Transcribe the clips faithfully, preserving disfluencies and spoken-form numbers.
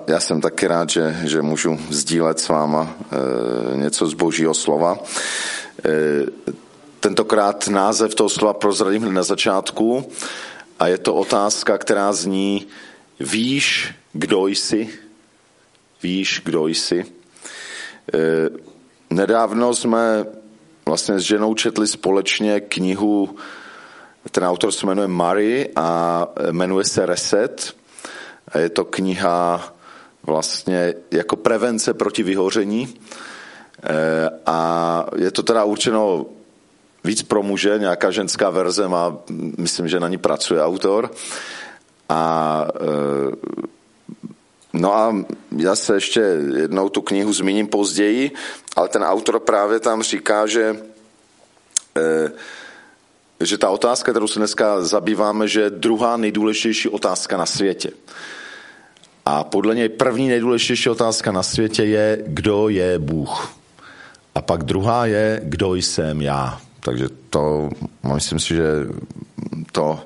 já jsem taky rád, že, že můžu sdílet s váma e, něco z Božího slova. E, tentokrát název toho slova prozradím hned na začátku a je to otázka, která zní: víš, kdo jsi? Víš, kdo jsi? E, nedávno jsme vlastně s ženou četli společně knihu, ten autor se jmenuje Murray a jmenuje se Reset. A je to kniha vlastně jako prevence proti vyhoření. E, a je to teda určeno víc pro muže, nějaká ženská verze má, myslím, že na ní pracuje autor. A e, no a já se ještě jednou tu knihu zmíním později, ale ten autor právě tam říká, že e, že ta otázka, kterou se dneska zabýváme, že je druhá nejdůležitější otázka na světě. A podle něj první nejdůležitější otázka na světě je, kdo je Bůh. A pak druhá je, kdo jsem já. Takže to, myslím si, že to,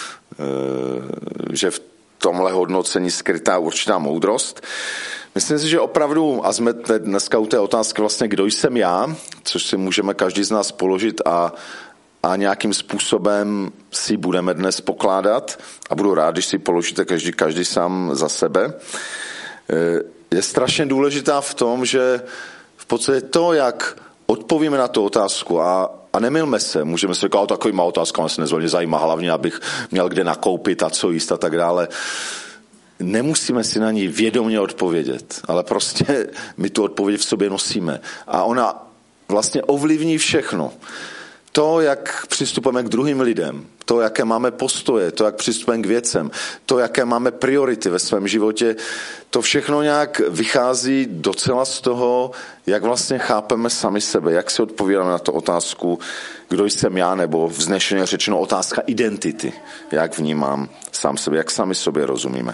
že v tomhle hodnocení skrytá určitá moudrost. Myslím si, že opravdu, a jsme dneska u té otázky vlastně, kdo jsem já, což si můžeme každý z nás položit a a nějakým způsobem si budeme dnes pokládat a budu rád, když si položíte každý, každý sám za sebe. Je strašně důležitá v tom, že v podstatě to, jak odpovíme na tu otázku a, a nemylme se, můžeme si říkat, takovýma otázkama se nezvolně zajímá, hlavně abych měl kde nakoupit a co jíst a tak dále. Nemusíme si na ní vědomě odpovědět, ale prostě my tu odpověď v sobě nosíme a ona vlastně ovlivní všechno. To, jak přistupujeme k druhým lidem, to, jaké máme postoje, to, jak přistupujeme k věcem, to, jaké máme priority ve svém životě, to všechno nějak vychází docela z toho, jak vlastně chápeme sami sebe, jak si odpovídáme na tu otázku, kdo jsem já, nebo vznešeně řečeno otázka identity, jak vnímám sám sebe, jak sami sobě rozumíme.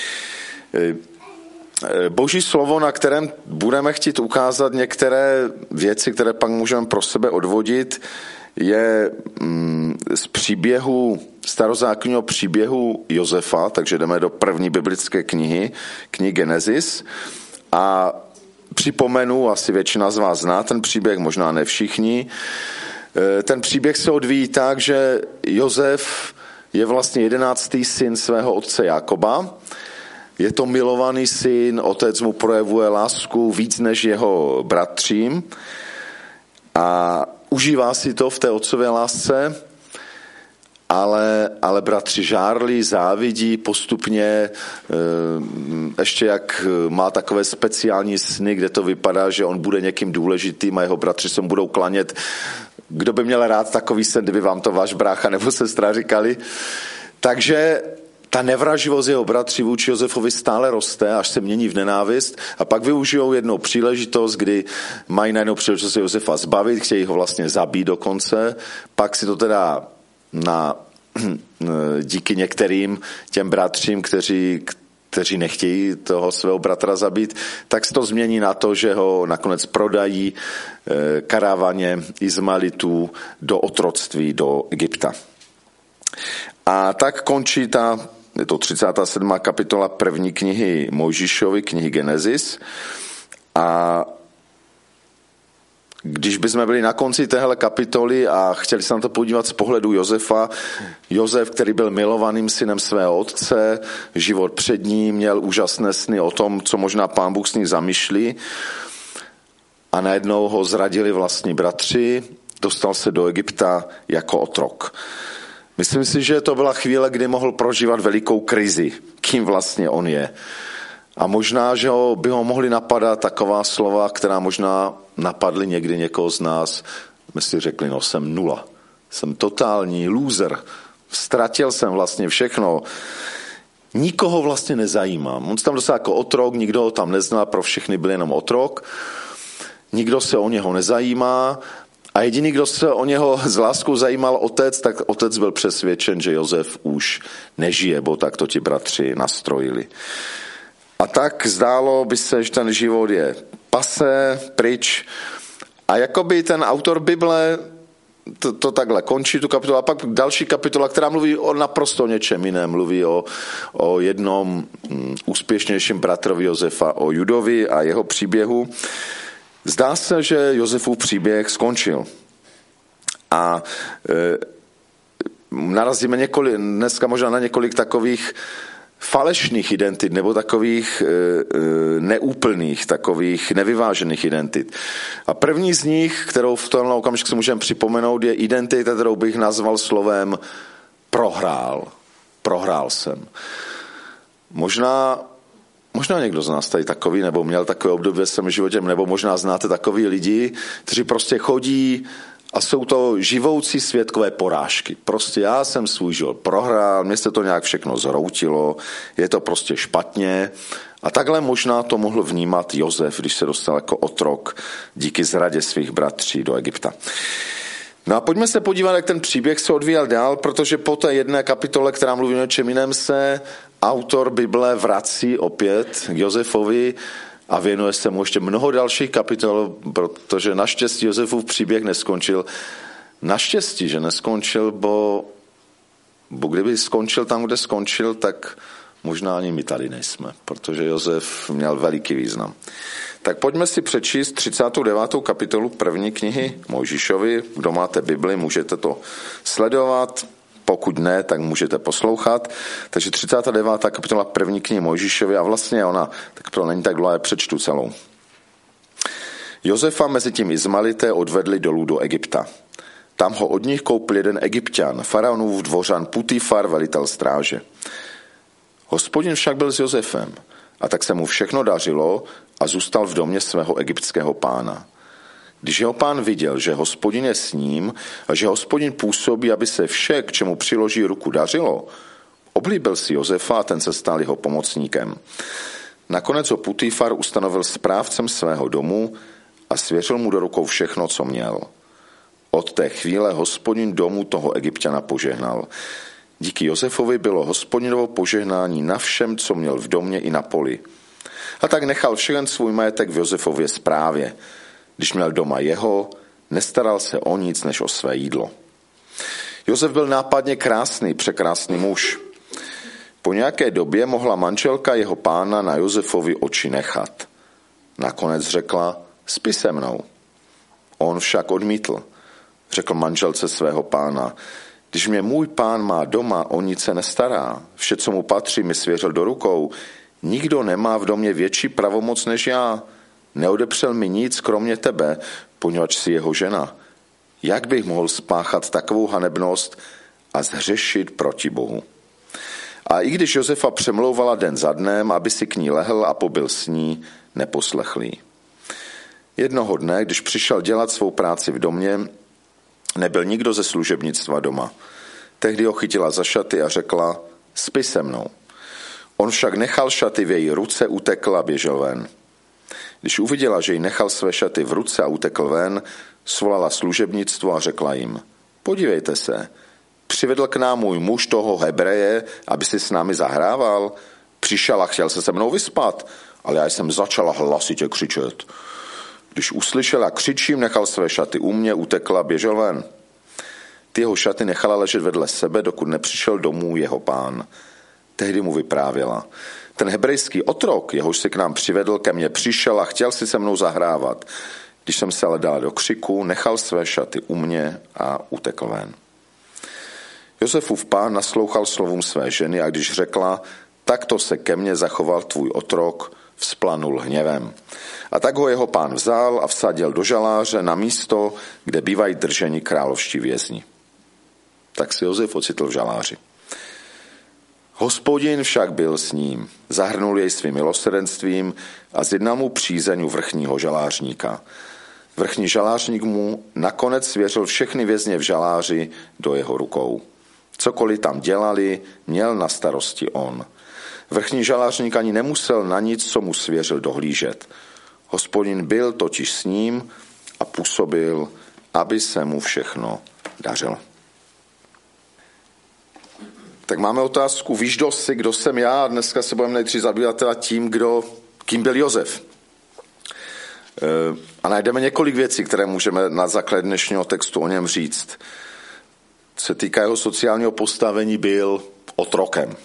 Boží slovo, na kterém budeme chtít ukázat některé věci, které pak můžeme pro sebe odvodit, je z příběhu, starozákonního příběhu Josefa, takže jdeme do první biblické knihy, knihy Genesis. A připomenu, asi většina z vás zná ten příběh, možná ne všichni. Ten příběh se odvíjí tak, že Josef je vlastně jedenáctý syn svého otce Jákoba. Je to milovaný syn, otec mu projevuje lásku víc než jeho bratřím a užívá si to v té otcové lásce, ale, ale bratři žárlí, závidí postupně, ještě jak má takové speciální sny, kde to vypadá, že on bude někým důležitým a jeho bratři se mu budou klanět. Kdo by měl rád takový sen, kdyby vám to váš brácha nebo sestra říkali. Takže ta nevraživost jeho bratří vůči Josefovi stále roste, až se mění v nenávist a pak využijou jednou příležitost, kdy mají najednou příležitost Josefa zbavit, chtějí ho vlastně zabít dokonce, pak si to teda na, díky některým těm bratřím, kteří, kteří nechtějí toho svého bratra zabít, tak se to změní na to, že ho nakonec prodají karavaně Izmaelitů do otroctví do Egypta. A tak končí ta, je to třicátá sedmá kapitola první knihy Mojžíšovy, knihy Genesis. A když bychom byli na konci téhle kapitoly a chtěli se na to podívat z pohledu Josefa, Josef, který byl milovaným synem svého otce, život před ním, měl úžasné sny o tom, co možná Pán Bůh s ním zamýšlí a najednou ho zradili vlastní bratři, dostal se do Egypta jako otrok. Myslím si, že to byla chvíle, kdy mohl prožívat velikou krizi, kým vlastně on je. A možná, že ho, by ho mohli napadat taková slova, která možná napadly někdy někoho z nás. My si řekli, no jsem nula, jsem totální loser, ztratil jsem vlastně všechno. Nikoho vlastně nezajímám. On se tam dostal jako otrok, nikdo ho tam nezná, pro všechny byl jenom otrok. Nikdo se o něho nezajímá. A jediný, kdo se o něho s láskou zajímal otec, tak otec byl přesvědčen, že Josef už nežije, bo tak to ti bratři nastrojili. A tak zdálo by se, že ten život je pasé, pryč. A jakoby ten autor Bible to, to takhle končí tu kapitolu. A pak další kapitola, která mluví o naprosto něčem jiném. Mluví o, o jednom mm, úspěšnějším bratrovi Josefa, o Judovi a jeho příběhu. Zdá se, že Josefův příběh skončil. A e, narazíme několik, dneska možná na několik takových falešných identit nebo takových e, e, neúplných, takových nevyvážených identit. A první z nich, kterou v tomhle okamžiku si můžeme připomenout, je identita, kterou bych nazval slovem prohrál. Prohrál jsem. Možná, možná někdo z nás tady takový, nebo měl takové období ve svém životě, nebo možná znáte takový lidi, kteří prostě chodí a jsou to živoucí svědkové porážky. Prostě já jsem svůj život prohrál, mě se to nějak všechno zhroutilo, je to prostě špatně. A takhle možná to mohl vnímat Josef, když se dostal jako otrok díky zradě svých bratří do Egypta. No a pojďme se podívat, jak ten příběh se odvíjel dál, protože po té jedné kapitole, která mluví o něčem jiném, se autor Bible vrací opět k Josefovi a věnuje se mu ještě mnoho dalších kapitol, protože naštěstí Josefův příběh neskončil. Naštěstí, že neskončil, bo, bo kdyby skončil tam, kde skončil, tak možná ani my tady nejsme, protože Josef měl veliký význam. Tak pojďme si přečíst třicátou devátou kapitolu první knihy Mojžíšovi. Kdo máte Bibli, můžete to sledovat. Pokud ne, tak můžete poslouchat. Takže třicátá devátá kapitola první knihy Mojžíšovi a vlastně ona, tak to není tak dlouhé, přečtu celou. Josefa mezi tím Izmaelité odvedli dolů do Egypta. Tam ho od nich koupil jeden Egypťan, faraonův dvořan Putifar, velitel stráže. Hospodin však byl s Josefem a tak se mu všechno dařilo a zůstal v domě svého egyptského pána. Když jeho pán viděl, že Hospodin je s ním a že Hospodin působí, aby se vše, k čemu přiloží ruku, dařilo, oblíbil si Josefa a ten se stal jeho pomocníkem. Nakonec ho Putifar ustanovil správcem svého domu a svěřil mu do rukou všechno, co měl. Od té chvíle Hospodin domu toho Egypťana požehnal. Díky Josefovi bylo Hospodinovo požehnání na všem, co měl v domě i na poli. A tak nechal všechen svůj majetek v Josefově správě. Když měl doma jeho, nestaral se o nic než o své jídlo. Josef byl nápadně krásný, překrásný muž. Po nějaké době mohla manželka jeho pána na Josefovi oči nechat. Nakonec řekla, spí se mnou. On však odmítl. Řekl manželce svého pána, když mě můj pán má doma, o nic se nestará. Vše, co mu patří, mi svěřil do rukou. Nikdo nemá v domě větší pravomoc než já. Neodepřel mi nic, kromě tebe, poněvadž jsi jeho žena. Jak bych mohl spáchat takovou hanebnost a zhřešit proti Bohu? A i když Josefa přemlouvala den za dnem, aby si k ní lehl a pobyl s ní, neposlechl jí. Jednoho dne, když přišel dělat svou práci v domě, nebyl nikdo ze služebnictva doma. Tehdy ho chytila za šaty a řekla, spí se mnou. On však nechal šaty v její ruce, utekl a běžel ven. Když uviděla, že jí nechal své šaty v ruce a utekl ven, svolala služebnictvo a řekla jim, podívejte se, přivedl k nám můj muž toho Hebreje, aby si s námi zahrával. Přišel a chtěl se se mnou vyspat, ale já jsem začala hlasitě křičet. Když uslyšel, jak křičím, nechal své šaty u mě, utekl a běžel ven. Ty jeho šaty nechala ležet vedle sebe, dokud nepřišel domů jeho pán. Tehdy mu vyprávěla. Ten hebrejský otrok, jehož si k nám přivedl, ke mně přišel a chtěl si se mnou zahrávat. Když jsem se ale dala do křiku, nechal své šaty u mě a utekl ven. Josefův pán naslouchal slovům své ženy a když řekla, takto se ke mně zachoval tvůj otrok, vzplanul hněvem. A tak ho jeho pán vzal a vsadil do žaláře na místo, kde bývají drženi královští vězni. Tak si Josef ocitl v žaláři. Hospodin však byl s ním, zahrnul jej svým milosrdenstvím a zjednal mu přízeň u vrchního žalářníka. Vrchní žalářník mu nakonec svěřil všechny vězně v žaláři do jeho rukou. Cokoliv tam dělali, měl na starosti on. Vrchní žalářník ani nemusel na nic, co mu svěřil, dohlížet. Hospodin byl totiž s ním a působil, aby se mu všechno dařilo. Tak máme otázku, víš, kdo jsi, kdo jsem já? A dneska se budeme nejdřív zabývat teda tím, kdo, kým byl Josef. A najdeme několik věcí, které můžeme na základě dnešního textu o něm říct. Co se týká jeho sociálního postavení, byl otrokem.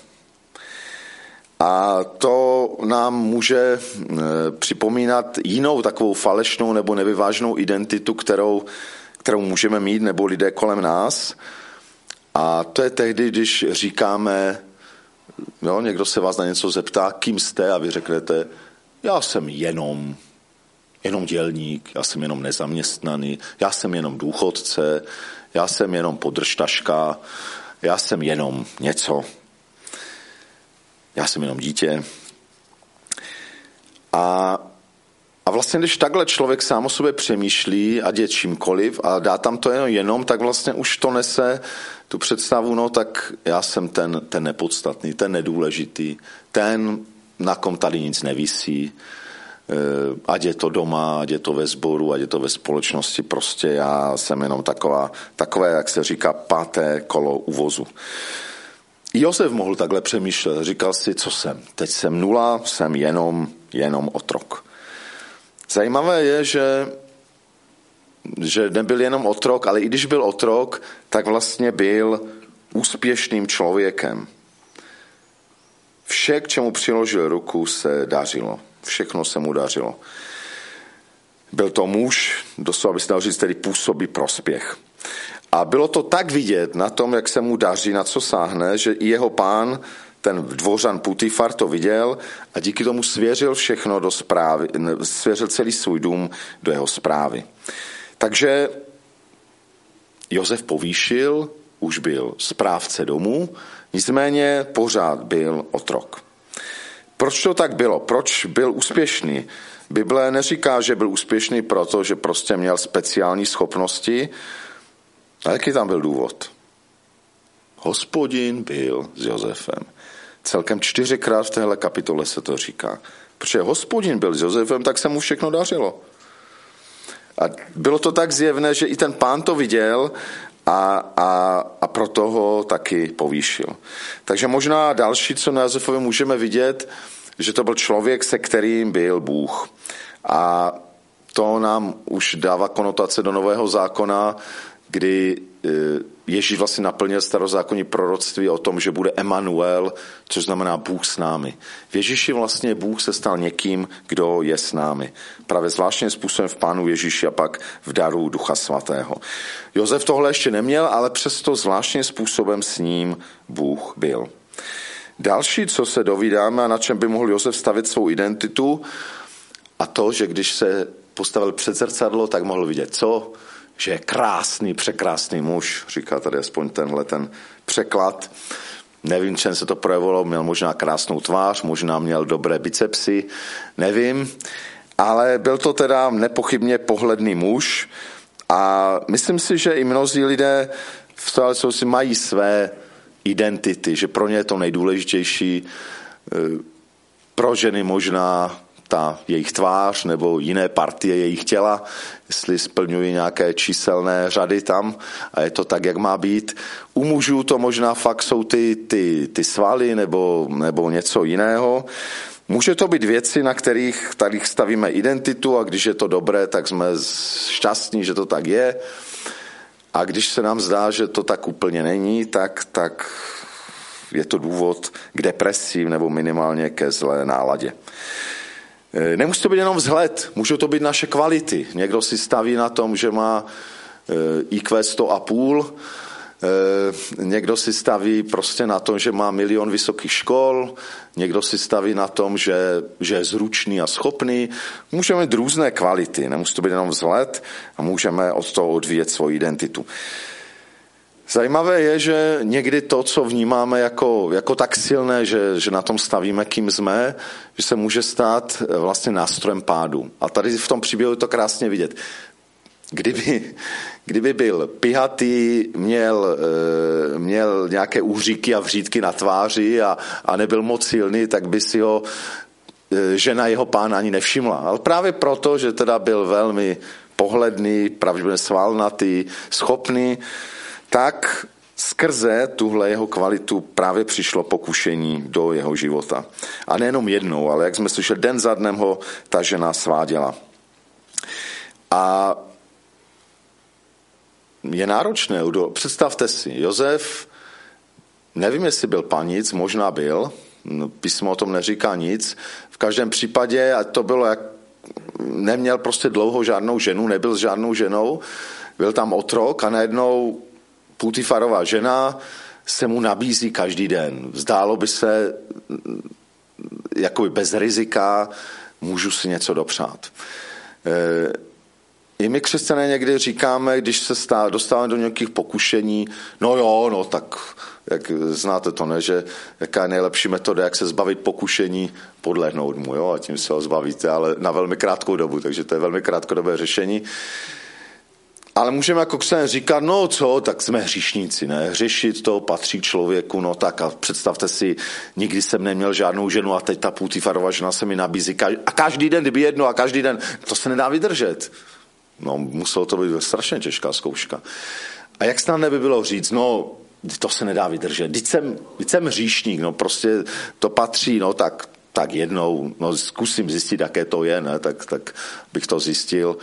A to nám může připomínat jinou takovou falešnou nebo nevyváženou identitu, kterou, kterou můžeme mít, nebo lidé kolem nás. A to je tehdy, když říkáme, jo, někdo se vás na něco zeptá, kým jste, a vy řeknete, já jsem jenom, jenom dělník, já jsem jenom nezaměstnaný, já jsem jenom důchodce, já jsem jenom podržtaška, já jsem jenom něco. Já jsem jenom dítě. A, a vlastně, když takhle člověk sám o sobě přemýšlí, ať je čímkoliv, a dá tam to jenom, jenom tak vlastně už to nese tu představu, no tak já jsem ten, ten nepodstatný, ten nedůležitý, ten, na kom tady nic nevisí, ať je to doma, ať je to ve sboru, ať je to ve společnosti, prostě já jsem jenom taková, takové, jak se říká, páté kolo u vozu. Josef mohl takhle přemýšlet, říkal si, co jsem. Teď jsem nula, jsem jenom, jenom otrok. Zajímavé je, že, že nebyl jenom otrok, ale i když byl otrok, tak vlastně byl úspěšným člověkem. Vše, k čemu přiložil ruku, se dařilo. Všechno se mu dařilo. Byl to muž, doslova by se dalo říct, který působí prospěch. A bylo to tak vidět na tom, jak se mu daří, na co sáhne, že i jeho pán, ten dvořan Putifar, to viděl a díky tomu svěřil všechno do správy, svěřil celý svůj dům do jeho správy. Takže Josef povýšil, už byl správce domu, nicméně pořád byl otrok. Proč to tak bylo? Proč byl úspěšný? Bible neříká, že byl úspěšný proto, že prostě měl speciální schopnosti. A jaký tam byl důvod? Hospodin byl s Josefem. Celkem čtyřikrát v téhle kapitole se to říká. Protože Hospodin byl s Josefem, tak se mu všechno dařilo. A bylo to tak zjevné, že i ten pán to viděl a, a, a proto ho taky povýšil. Takže možná další, co na Josefovi můžeme vidět, že to byl člověk, se kterým byl Bůh. A to nám už dává konotace do Nového zákona, kdy Ježíš vlastně naplnil starozákonní proroctví o tom, že bude Emanuel, což znamená Bůh s námi. V Ježíši vlastně Bůh se stal někým, kdo je s námi. Právě zvláštním způsobem v Pánu Ježíši a pak v daru Ducha Svatého. Josef tohle ještě neměl, ale přesto zvláštním způsobem s ním Bůh byl. Další, co se dovídáme a na čem by mohl Josef stavit svou identitu, a to, že když se postavil před zrcadlo, tak mohl vidět co? Že je krásný, překrásný muž, říká tady aspoň tenhle ten překlad. Nevím, čem se to projevilo, měl možná krásnou tvář, možná měl dobré bicepsy, nevím, ale byl to teda nepochybně pohledný muž a myslím si, že i mnozí lidé v tom si mají své identity, že pro ně je to nejdůležitější, pro ženy možná ta jejich tvář nebo jiné partie jejich těla, jestli splňují nějaké číselné řady tam a je to tak, jak má být. U mužů to možná fakt jsou ty, ty, ty svaly nebo, nebo něco jiného. Může to být věci, na kterých, kterých stavíme identitu a když je to dobré, tak jsme šťastní, že to tak je. A když se nám zdá, že to tak úplně není, tak, tak je to důvod k depresím nebo minimálně ke zlé náladě. Nemusí to být jenom vzhled, můžou to být naše kvality. Někdo si staví na tom, že má í kvé sto a půl, někdo si staví prostě na tom, že má milion vysokých škol, někdo si staví na tom, že, že je zručný a schopný. Můžeme mít různé kvality, nemusí to být jenom vzhled a můžeme od toho odvíjet svou identitu. Zajímavé je, že někdy to, co vnímáme jako, jako tak silné, že, že na tom stavíme, kým jsme, že se může stát vlastně nástrojem pádu. A tady v tom příběhu je to krásně vidět. Kdyby, kdyby byl pihatý, měl, měl nějaké úříky a vřídky na tváři a, a nebyl moc silný, tak by si ho žena jeho pána ani nevšimla. Ale právě proto, že teda byl velmi pohledný, pravděpodobně svalnatý, schopný, tak skrze tuhle jeho kvalitu právě přišlo pokušení do jeho života. A nejenom jednou, ale jak jsme slyšeli, den za dnem ho ta žena sváděla. A je náročné. Představte si, Josef, nevím, jestli byl panic, možná byl, písmo o tom neříká nic. V každém případě, a to bylo, jak neměl prostě dlouho žádnou ženu, nebyl s žádnou ženou, byl tam otrok a najednou Putifarová žena se mu nabízí každý den. Zdálo by se, jakoby bez rizika, můžu si něco dopřát. I my křesťané někdy říkáme, když se stá, dostáváme do nějakých pokušení, no jo, no tak, jak znáte to, ne, že jaká je nejlepší metoda, jak se zbavit pokušení, podlehnout mu, jo, a tím se ho zbavíte, ale na velmi krátkou dobu, takže to je velmi krátkodobé řešení. Ale můžeme jako křesťané říkat, no co, tak jsme hříšníci, ne, hřešit to patří člověku, no tak a představte si, nikdy jsem neměl žádnou ženu a teď ta Putifarova žena se mi nabízí a každý den, kdyby jedno a každý den, to se nedá vydržet. No, muselo to být strašně těžká zkouška. A jak snad by bylo říct, no, to se nedá vydržet, teď jsem, teď jsem hříšník, no prostě to patří, no tak, tak jednou, no zkusím zjistit, jaké to je, ne, tak, tak bych to zjistil.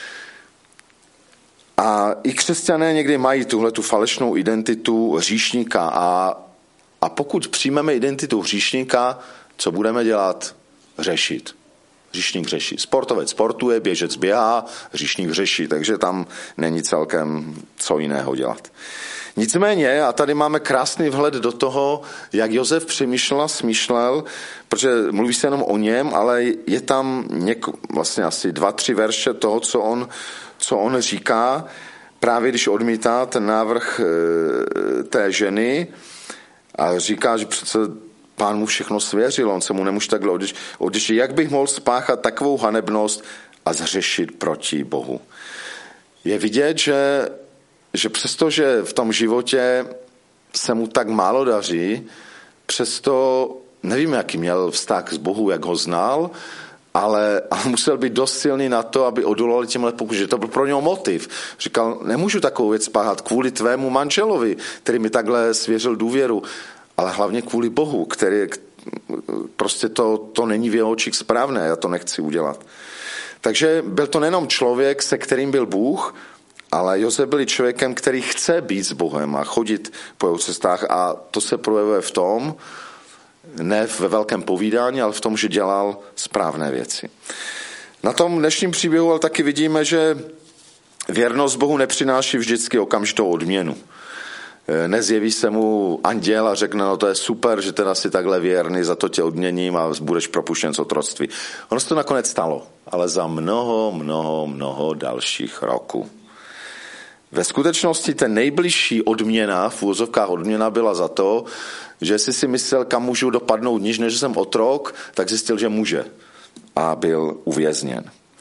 A i křesťané někdy mají tuhle tu falešnou identitu hříšníka a, a pokud přijmeme identitu hříšníka, co budeme dělat? Řešit. Hříšník řeší. Sportovec sportuje, běžec běhá, hříšník řeší, takže tam není celkem co jiného dělat. Nicméně, a tady máme krásný vhled do toho, jak Josef přemýšlel a smýšlel, protože mluví se jenom o něm, ale je tam něk, vlastně asi dva, tři verše toho, co on, co on říká, právě když odmítá ten návrh e, té ženy a říká, že přece Pán mu všechno svěřil, on se mu nemůže takhle odešít. Jak bych mohl spáchat takovou hanebnost a zřešit proti Bohu? Je vidět, že, že přestože v tom životě se mu tak málo daří, přesto nevím, jaký měl vztah s Bohu, jak ho znal, ale, ale musel být dost silný na to, aby odolal těmhle pokušením. To byl pro něho motiv. Říkal, nemůžu takovou věc spáchat kvůli tvému manželovi, který mi takhle svěřil důvěru, ale hlavně kvůli Bohu, který prostě to, to není v jeho očích správné, já to nechci udělat. Takže byl to nejenom člověk, se kterým byl Bůh, ale Josef byl člověkem, který chce být s Bohem a chodit po jeho cestách a to se projevuje v tom, ne ve velkém povídání, ale v tom, že dělal správné věci. Na tom dnešním příběhu ale taky vidíme, že věrnost Bohu nepřináší vždycky okamžitou odměnu. Nezjeví se mu anděl a řekne, no to je super, že teda si takhle věrný, za to tě odměním a budeš propuštěn z otroctví. Ono se to nakonec stalo, ale za mnoho, mnoho, mnoho dalších roků. Ve skutečnosti ten nejbližší odměna, v úvozovkách odměna byla za to, že si si myslel, kam můžu dopadnout níž, než jsem otrok, tak zjistil, že může a byl uvězněn.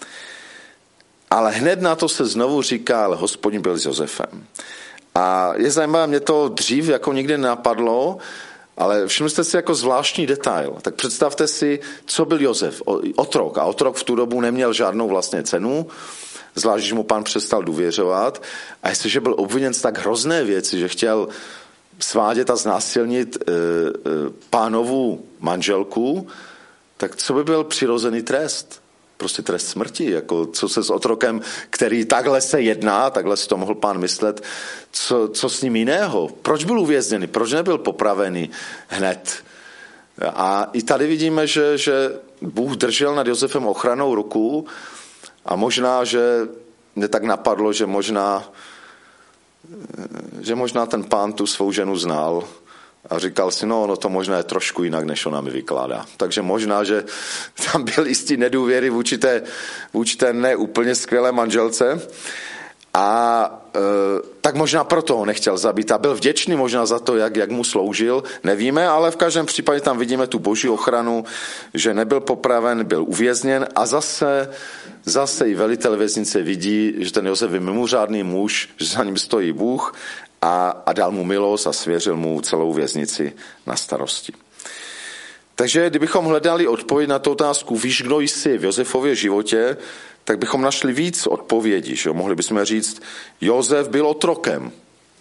Ale hned na to se znovu říká, ale Hospodin byl s Josefem. A je zajímavé, mě to dřív jako nikdy nenapadlo, ale všimli jste si jako zvláštní detail. Tak představte si, co byl Josef, otrok. A otrok v tu dobu neměl žádnou vlastně cenu, zvlášť, když mu Pán přestal důvěřovat. A jestliže byl obviněn z tak hrozné věci, že chtěl svádět a znásilnit e, e, Pánovu manželku, tak co by byl přirozený trest? Prostě trest smrti, jako co se s otrokem, který takhle se jedná, takhle si to mohl Pán myslet, co, co s ním jiného? Proč byl uvězněný? Proč nebyl popravený hned? A i tady vidíme, že, že Bůh držel nad Josefem ochranou ruku a možná, že mě tak napadlo, že možná, že možná ten Pán tu svou ženu znal a říkal si, no, no to možná je trošku jinak, než ona mi vykládá. Takže možná, že tam byl jistý nedůvěry vůči té, vůči té neúplně skvělé manželce a e, tak možná proto ho nechtěl zabít a byl vděčný možná za to, jak, jak mu sloužil, nevíme, ale v každém případě tam vidíme tu boží ochranu, že nebyl popraven, byl uvězněn a zase, zase i velitel věznice vidí, že ten Josef je mimořádný muž, že za ním stojí Bůh a, a dal mu milost a svěřil mu celou věznici na starosti. Takže kdybychom hledali odpověď na tu otázku, víš, kdo jsi v Josefově životě, tak bychom našli víc odpovědí. Že? Mohli bychom říct, Josef byl otrokem.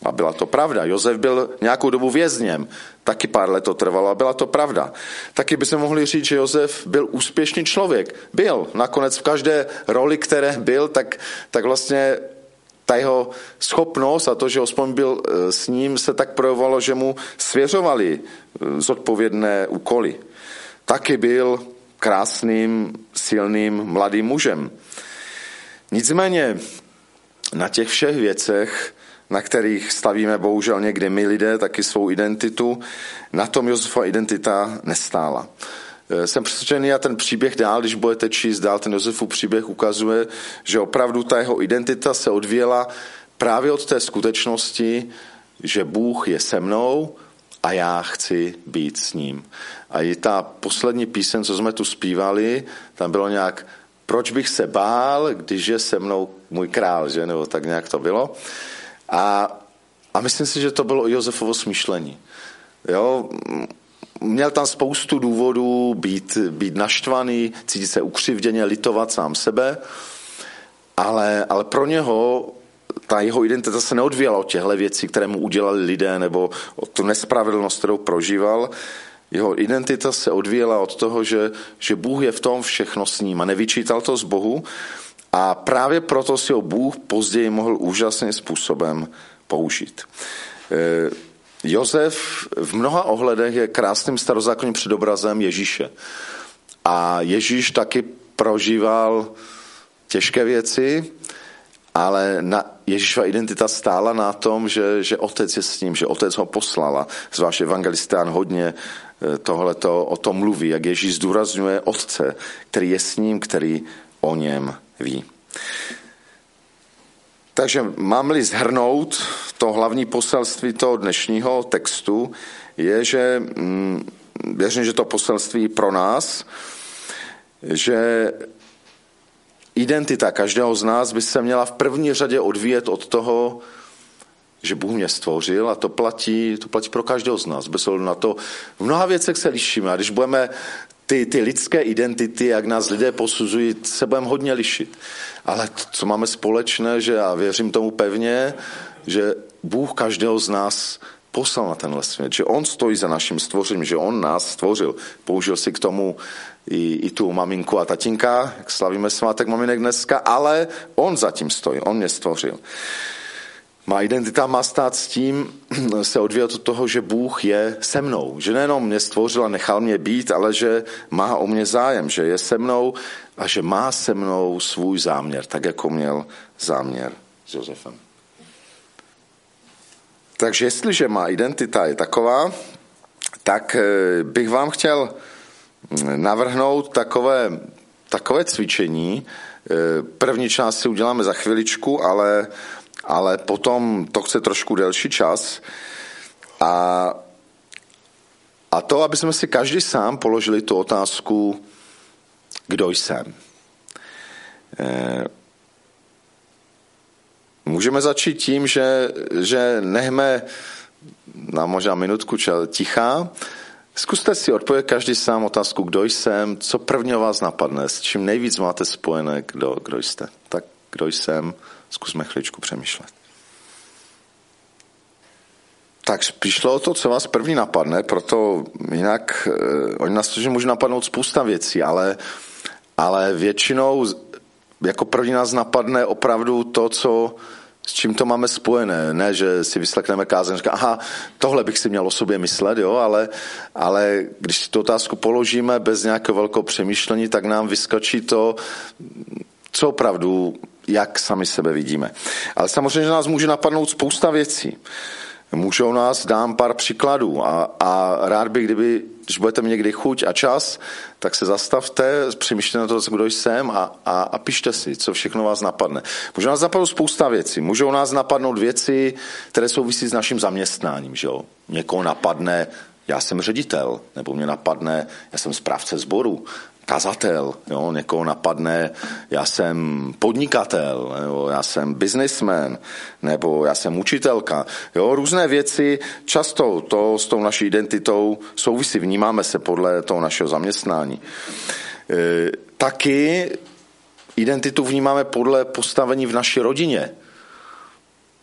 A byla to pravda. Josef byl nějakou dobu vězněm. Taky pár let to trvalo a byla to pravda. Taky bychom mohli říct, že Josef byl úspěšný člověk. Byl. Nakonec v každé roli, které byl, tak, tak vlastně ta jeho schopnost a to, že Hospodin byl s ním, se tak projevovalo, že mu svěřovali zodpovědné úkoly. Taky byl krásným, silným, mladým mužem. Nicméně na těch všech věcech, na kterých stavíme bohužel někdy my lidé, taky svou identitu, na tom Josefova identita nestála. Jsem přesvědčený a ten příběh dál, když budete číst dál, ten Josefův příběh ukazuje, že opravdu ta jeho identita se odvíjela právě od té skutečnosti, že Bůh je se mnou a já chci být s ním. A i ta poslední píseň, co jsme tu zpívali, tam bylo nějak, proč bych se bál, když je se mnou můj král, že? Nebo tak nějak to bylo. A, a myslím si, že to bylo i Josefovo smýšlení. Jo, měl tam spoustu důvodů být, být naštvaný, cítit se ukřivděně, litovat sám sebe, ale, ale pro něho ta jeho identita se neodvíjela od těchto věcí, které mu udělali lidé, nebo od tu nespravedlnost, kterou prožíval. Jeho identita se odvíjela od toho, že, že Bůh je v tom všechno s ním a nevyčítal to z Bohu a právě proto si ho Bůh později mohl úžasným způsobem použít. Josef v mnoha ohledech je krásným starozákonním předobrazem Ježíše. A Ježíš taky prožíval těžké věci, ale na Ježíšova identita stála na tom, že, že otec je s ním, že otec ho poslal. Zvlášť evangelistán hodně tohleto o tom mluví, jak Ježíš zdůrazňuje otce, který je s ním, který o něm ví. Takže mám-li shrnout to hlavní poselství toho dnešního textu, je, že hm, věřím, že to poselství pro nás, že identita každého z nás by se měla v první řadě odvíjet od toho, že Bůh mě stvořil a to platí, to platí pro každého z nás. Bez ohledu na to, v mnoha věcech se lišíme a když budeme ty, ty lidské identity, jak nás lidé posuzují, se budeme hodně lišit. Ale to, co máme společné, že já věřím tomu pevně, že Bůh každého z nás poslal na tenhle svět, že on stojí za naším stvořením, že on nás stvořil. Použil si k tomu i, i tu maminku a tatínka, jak slavíme svátek maminek dneska, ale on zatím stojí, on mě stvořil. Má identita má stát s tím, se odvíjet od toho, že Bůh je se mnou. Že nejenom mě stvořil a nechal mě být, ale že má o mě zájem, že je se mnou a že má se mnou svůj záměr, tak jako měl záměr s Josefem. Takže jestliže má identita je taková, tak bych vám chtěl navrhnout takové, takové cvičení. První část si uděláme za chviličku, ale ale potom to chce trošku delší čas. A, a to, aby jsme si každý sám položili tu otázku, kdo jsem. E, můžeme začít tím, že, že nechme na možná minutku ticha. Zkuste si odpovědět každý sám otázku, kdo jsem, co prvního vás napadne, s čím nejvíc máte spojené, kdo, kdo jste. Tak kdo jsem, zkusme chvíličku přemýšlet. Tak přišlo to, co vás první napadne, proto jinak, eh, oni nás to může napadnout spousta věcí, ale, ale většinou jako první nás napadne opravdu to, co, s čím to máme spojené. Ne, že si vyslekneme kázeň a říká, aha, tohle bych si měl o sobě myslet, jo, ale, ale když si tu otázku položíme bez nějakého velkého přemýšlení, tak nám vyskočí to, co opravdu, jak sami sebe vidíme. Ale samozřejmě, že nás může napadnout spousta věcí. Můžou nás, dám pár příkladů a, a rád bych, kdyby, když budete mít někdy chuť a čas, tak se zastavte, přemýšlejte na to, kdo jsem a, a, a pište si, co všechno vás napadne. Může nás napadnout spousta věcí. Můžou nás napadnout věci, které souvisí s naším zaměstnáním. Že jo? Někoho napadne, já jsem ředitel, nebo mě napadne, já jsem správce sboru, kazatel, jo, někoho napadne, já jsem podnikatel, nebo já jsem businessman, nebo já jsem učitelka. Jo, různé věci, často to s tou naší identitou souvisí, vnímáme se podle toho našeho zaměstnání. E, taky identitu vnímáme podle postavení v naší rodině.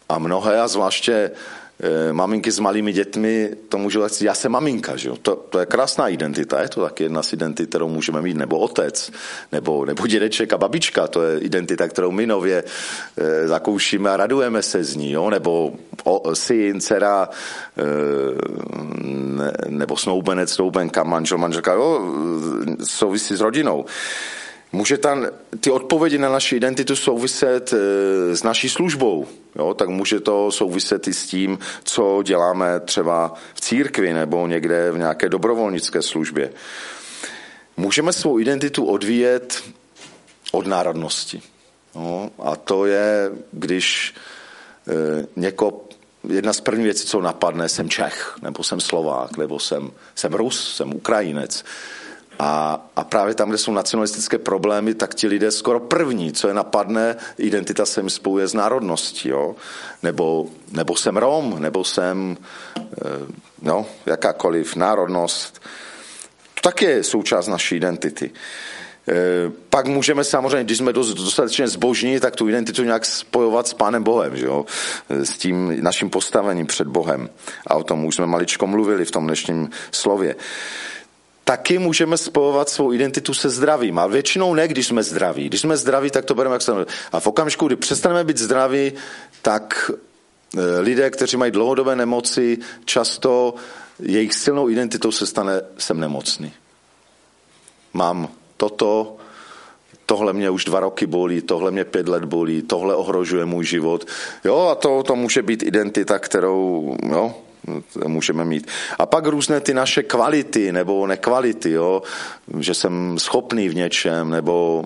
a mnohé, a zvláště maminky s malými dětmi, to můžu říct, já jsem maminka, že jo? To, to je krásná identita, je to taky jedna z identit, kterou můžeme mít, nebo otec, nebo, nebo dědeček a babička, to je identita, kterou my nově e, zakoušíme a radujeme se z ní, jo? Nebo o, syn, dcera, e, ne, nebo snoubenec, snoubenka, manžel, manželka, jo? Souvisí s rodinou. Může tam ty odpovědi na naši identitu souviset s naší službou, jo? Tak může to souviset i s tím, co děláme třeba v církvi nebo někde v nějaké dobrovolnické službě. Můžeme svou identitu odvíjet od národnosti. Jo? A to je, když e, někoho, jedna z prvních věcí, co napadne, jsem Čech, nebo jsem Slovák, nebo jsem, jsem Rus, jsem Ukrajinec. A, a právě tam, kde jsou nacionalistické problémy, tak ti lidé skoro první, co je napadne, identita se jim spojuje s národností, jo? Nebo, nebo jsem Rom, nebo jsem no, jakákoliv národnost. To taky je součást naší identity. Pak můžeme samozřejmě, když jsme dostatečně zbožní, tak tu identitu nějak spojovat s Pánem Bohem, že jo? S tím naším postavením před Bohem. A o tom už jsme maličko mluvili v tom dnešním slově. Taky můžeme spojovat svou identitu se zdravím, ale většinou ne, když jsme zdraví. Když jsme zdraví, tak to bereme jak jsme. A v okamžiku, kdy přestaneme být zdraví, tak lidé, kteří mají dlouhodobé nemoci, často jejich silnou identitou se stane, jsem nemocný. Mám toto, tohle mě už dva roky bolí, tohle mě pět let bolí, tohle ohrožuje můj život. Jo, a to, to může být identita, kterou, jo, můžeme mít. A pak různé ty naše kvality nebo nekvality, jo? Že jsem schopný v něčem, nebo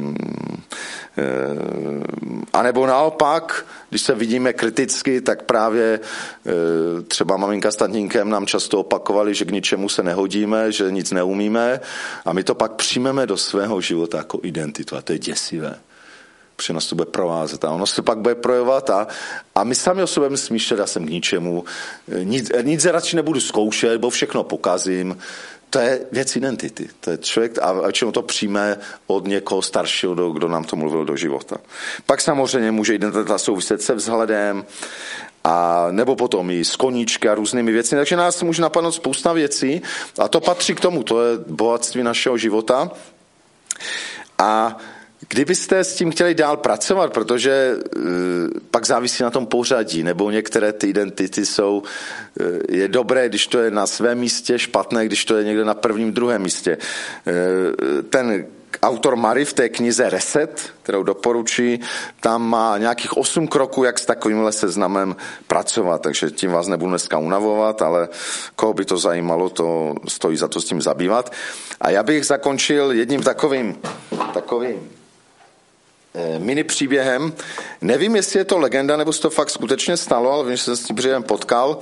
a nebo naopak, když se vidíme kriticky, tak právě třeba maminka s tatínkem nám často opakovali, že k ničemu se nehodíme, že nic neumíme, a my to pak přijmeme do svého života jako identitu, a to je děsivé. Protože nás to bude provázet a ono se pak bude projevovat a, a my sami o sobě musíme myšlet, já jsem k ničemu, nic, nic radši nebudu zkoušet, bo všechno pokazím. To je věc identity. To je člověk, a čemu to přijme od někoho staršího, kdo, kdo nám to mluvil do života. Pak samozřejmě může identita souviset se vzhledem, a nebo potom i s koníčky a různými věcmi. Takže nás může napadnout spousta věcí a to patří k tomu, to je bohatství našeho života. A kdybyste s tím chtěli dál pracovat, protože uh, pak závisí na tom pořadí, nebo některé ty identity jsou, uh, je dobré, když to je na svém místě, špatné, když to je někde na prvním, druhém místě. Uh, ten autor Murray v té knize Reset, kterou doporučí, tam má nějakých osm kroků, jak s takovýmhle seznamem pracovat, takže tím vás nebudu dneska unavovat, ale koho by to zajímalo, to stojí za to s tím zabývat. A já bych zakončil jedním takovým, takovým mini příběhem. Nevím, jestli je to legenda, nebo se to fakt skutečně stalo, ale vím, že jsem s tím příběhem potkal.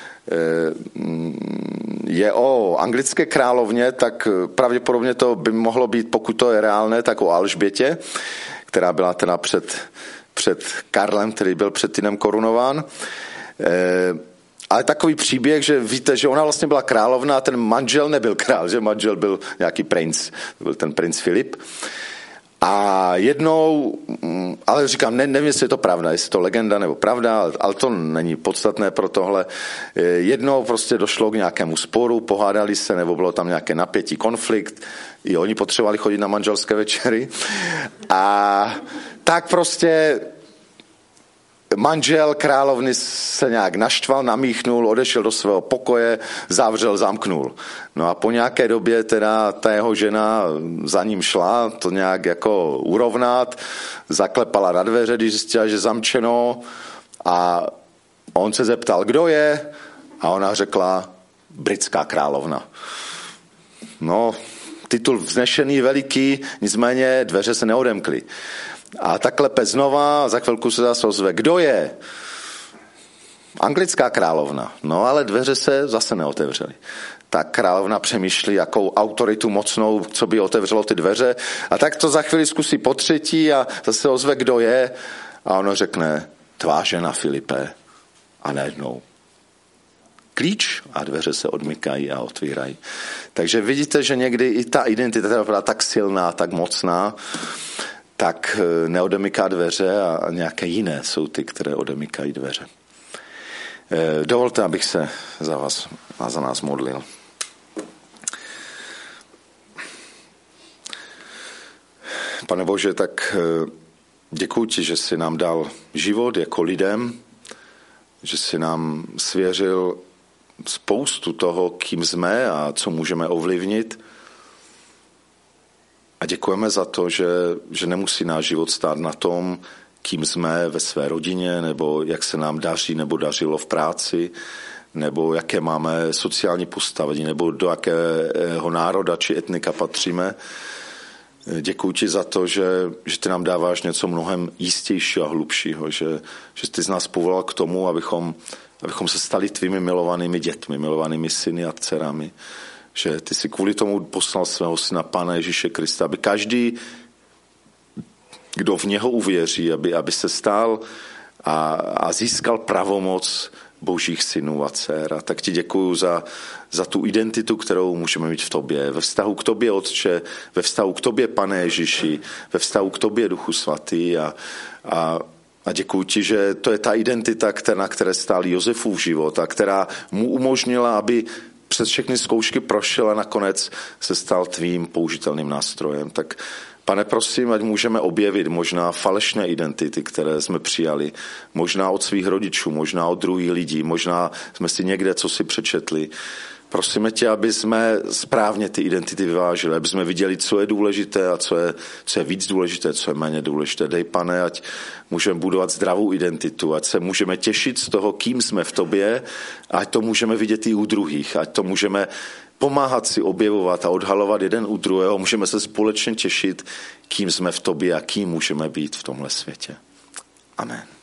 Je o anglické královně, tak pravděpodobně to by mohlo být, pokud to je reálné, tak o Alžbětě, která byla teda před, před Karlem, který byl před týdnem korunován. Ale takový příběh, že víte, že ona vlastně byla královna a ten manžel nebyl král, že manžel byl nějaký princ, byl ten princ Filip. A jednou, ale říkám, ne, nevím, jestli je to pravda, jestli je to legenda nebo pravda, ale, ale to není podstatné pro tohle. Jednou prostě došlo k nějakému sporu, pohádali se, nebo bylo tam nějaké napětí, konflikt, i oni potřebovali chodit na manželské večery. A tak prostě manžel královny se nějak naštval, namíchnul, odešel do svého pokoje, zavřel, zamknul. No a po nějaké době teda ta jeho žena za ním šla, to nějak jako urovnat, zaklepala na dveře, když zjistila, že zamčeno, a on se zeptal, kdo je, a ona řekla, britská královna. No, titul vznešený, veliký, nicméně dveře se neodemkly. A tak klepe znova a za chvilku se zase ozve. Kdo je? Anglická královna. No ale dveře se zase neotevřely. Tak královna přemýšlí, jakou autoritu mocnou, co by otevřelo ty dveře. A tak to za chvíli zkusí po třetí a zase ozve, kdo je. A ono řekne, tvá žena Filipe. A najednou klíč a dveře se odmykají a otvírají. Takže vidíte, že někdy i ta identita byla tak silná, tak mocná. tak neodemyká dveře a nějaké jiné jsou ty, které odemykají dveře. Dovolte, abych se za vás a za nás modlil. Pane Bože, tak děkuji ti, že jsi nám dal život jako lidem, že jsi nám svěřil spoustu toho, kým jsme a co můžeme ovlivnit. A děkujeme za to, že, že nemusí náš život stát na tom, kým jsme ve své rodině, nebo jak se nám daří, nebo dařilo v práci, nebo jaké máme sociální postavení, nebo do jakého národa či etnika patříme. Děkuji ti za to, že, že ty nám dáváš něco mnohem jistějšího a hlubšího, že, že ty z nás povolal k tomu, abychom, abychom se stali tvými milovanými dětmi, milovanými syny a dcerami. Že ty si kvůli tomu poslal svého syna Pána Ježíše Krista, aby každý, kdo v něho uvěří, aby, aby se stal a, a získal pravomoc božích synů a dcer. A tak ti děkuju za, za tu identitu, kterou můžeme mít v tobě. Ve vztahu k tobě, Otče, ve vztahu k tobě, Pane Ježíši, ve vztahu k tobě, Duchu Svatý. A, a, a děkuju ti, že to je ta identita, která, na které stál Josefův život a která mu umožnila, aby přes všechny zkoušky prošel a nakonec se stal tvým použitelným nástrojem. Tak Pane, prosím, ať můžeme objevit možná falešné identity, které jsme přijali, možná od svých rodičů, možná od druhých lidí, možná jsme si někde co si přečetli. Prosíme tě, aby jsme správně ty identity vyvážili, aby jsme viděli, co je důležité a co je, co je víc důležité, co je méně důležité. Dej, Pane, ať můžeme budovat zdravou identitu, ať se můžeme těšit z toho, kým jsme v tobě, ať to můžeme vidět i u druhých, ať to můžeme pomáhat si objevovat a odhalovat jeden u druhého, můžeme se společně těšit, kým jsme v tobě a kým můžeme být v tomhle světě. Amen.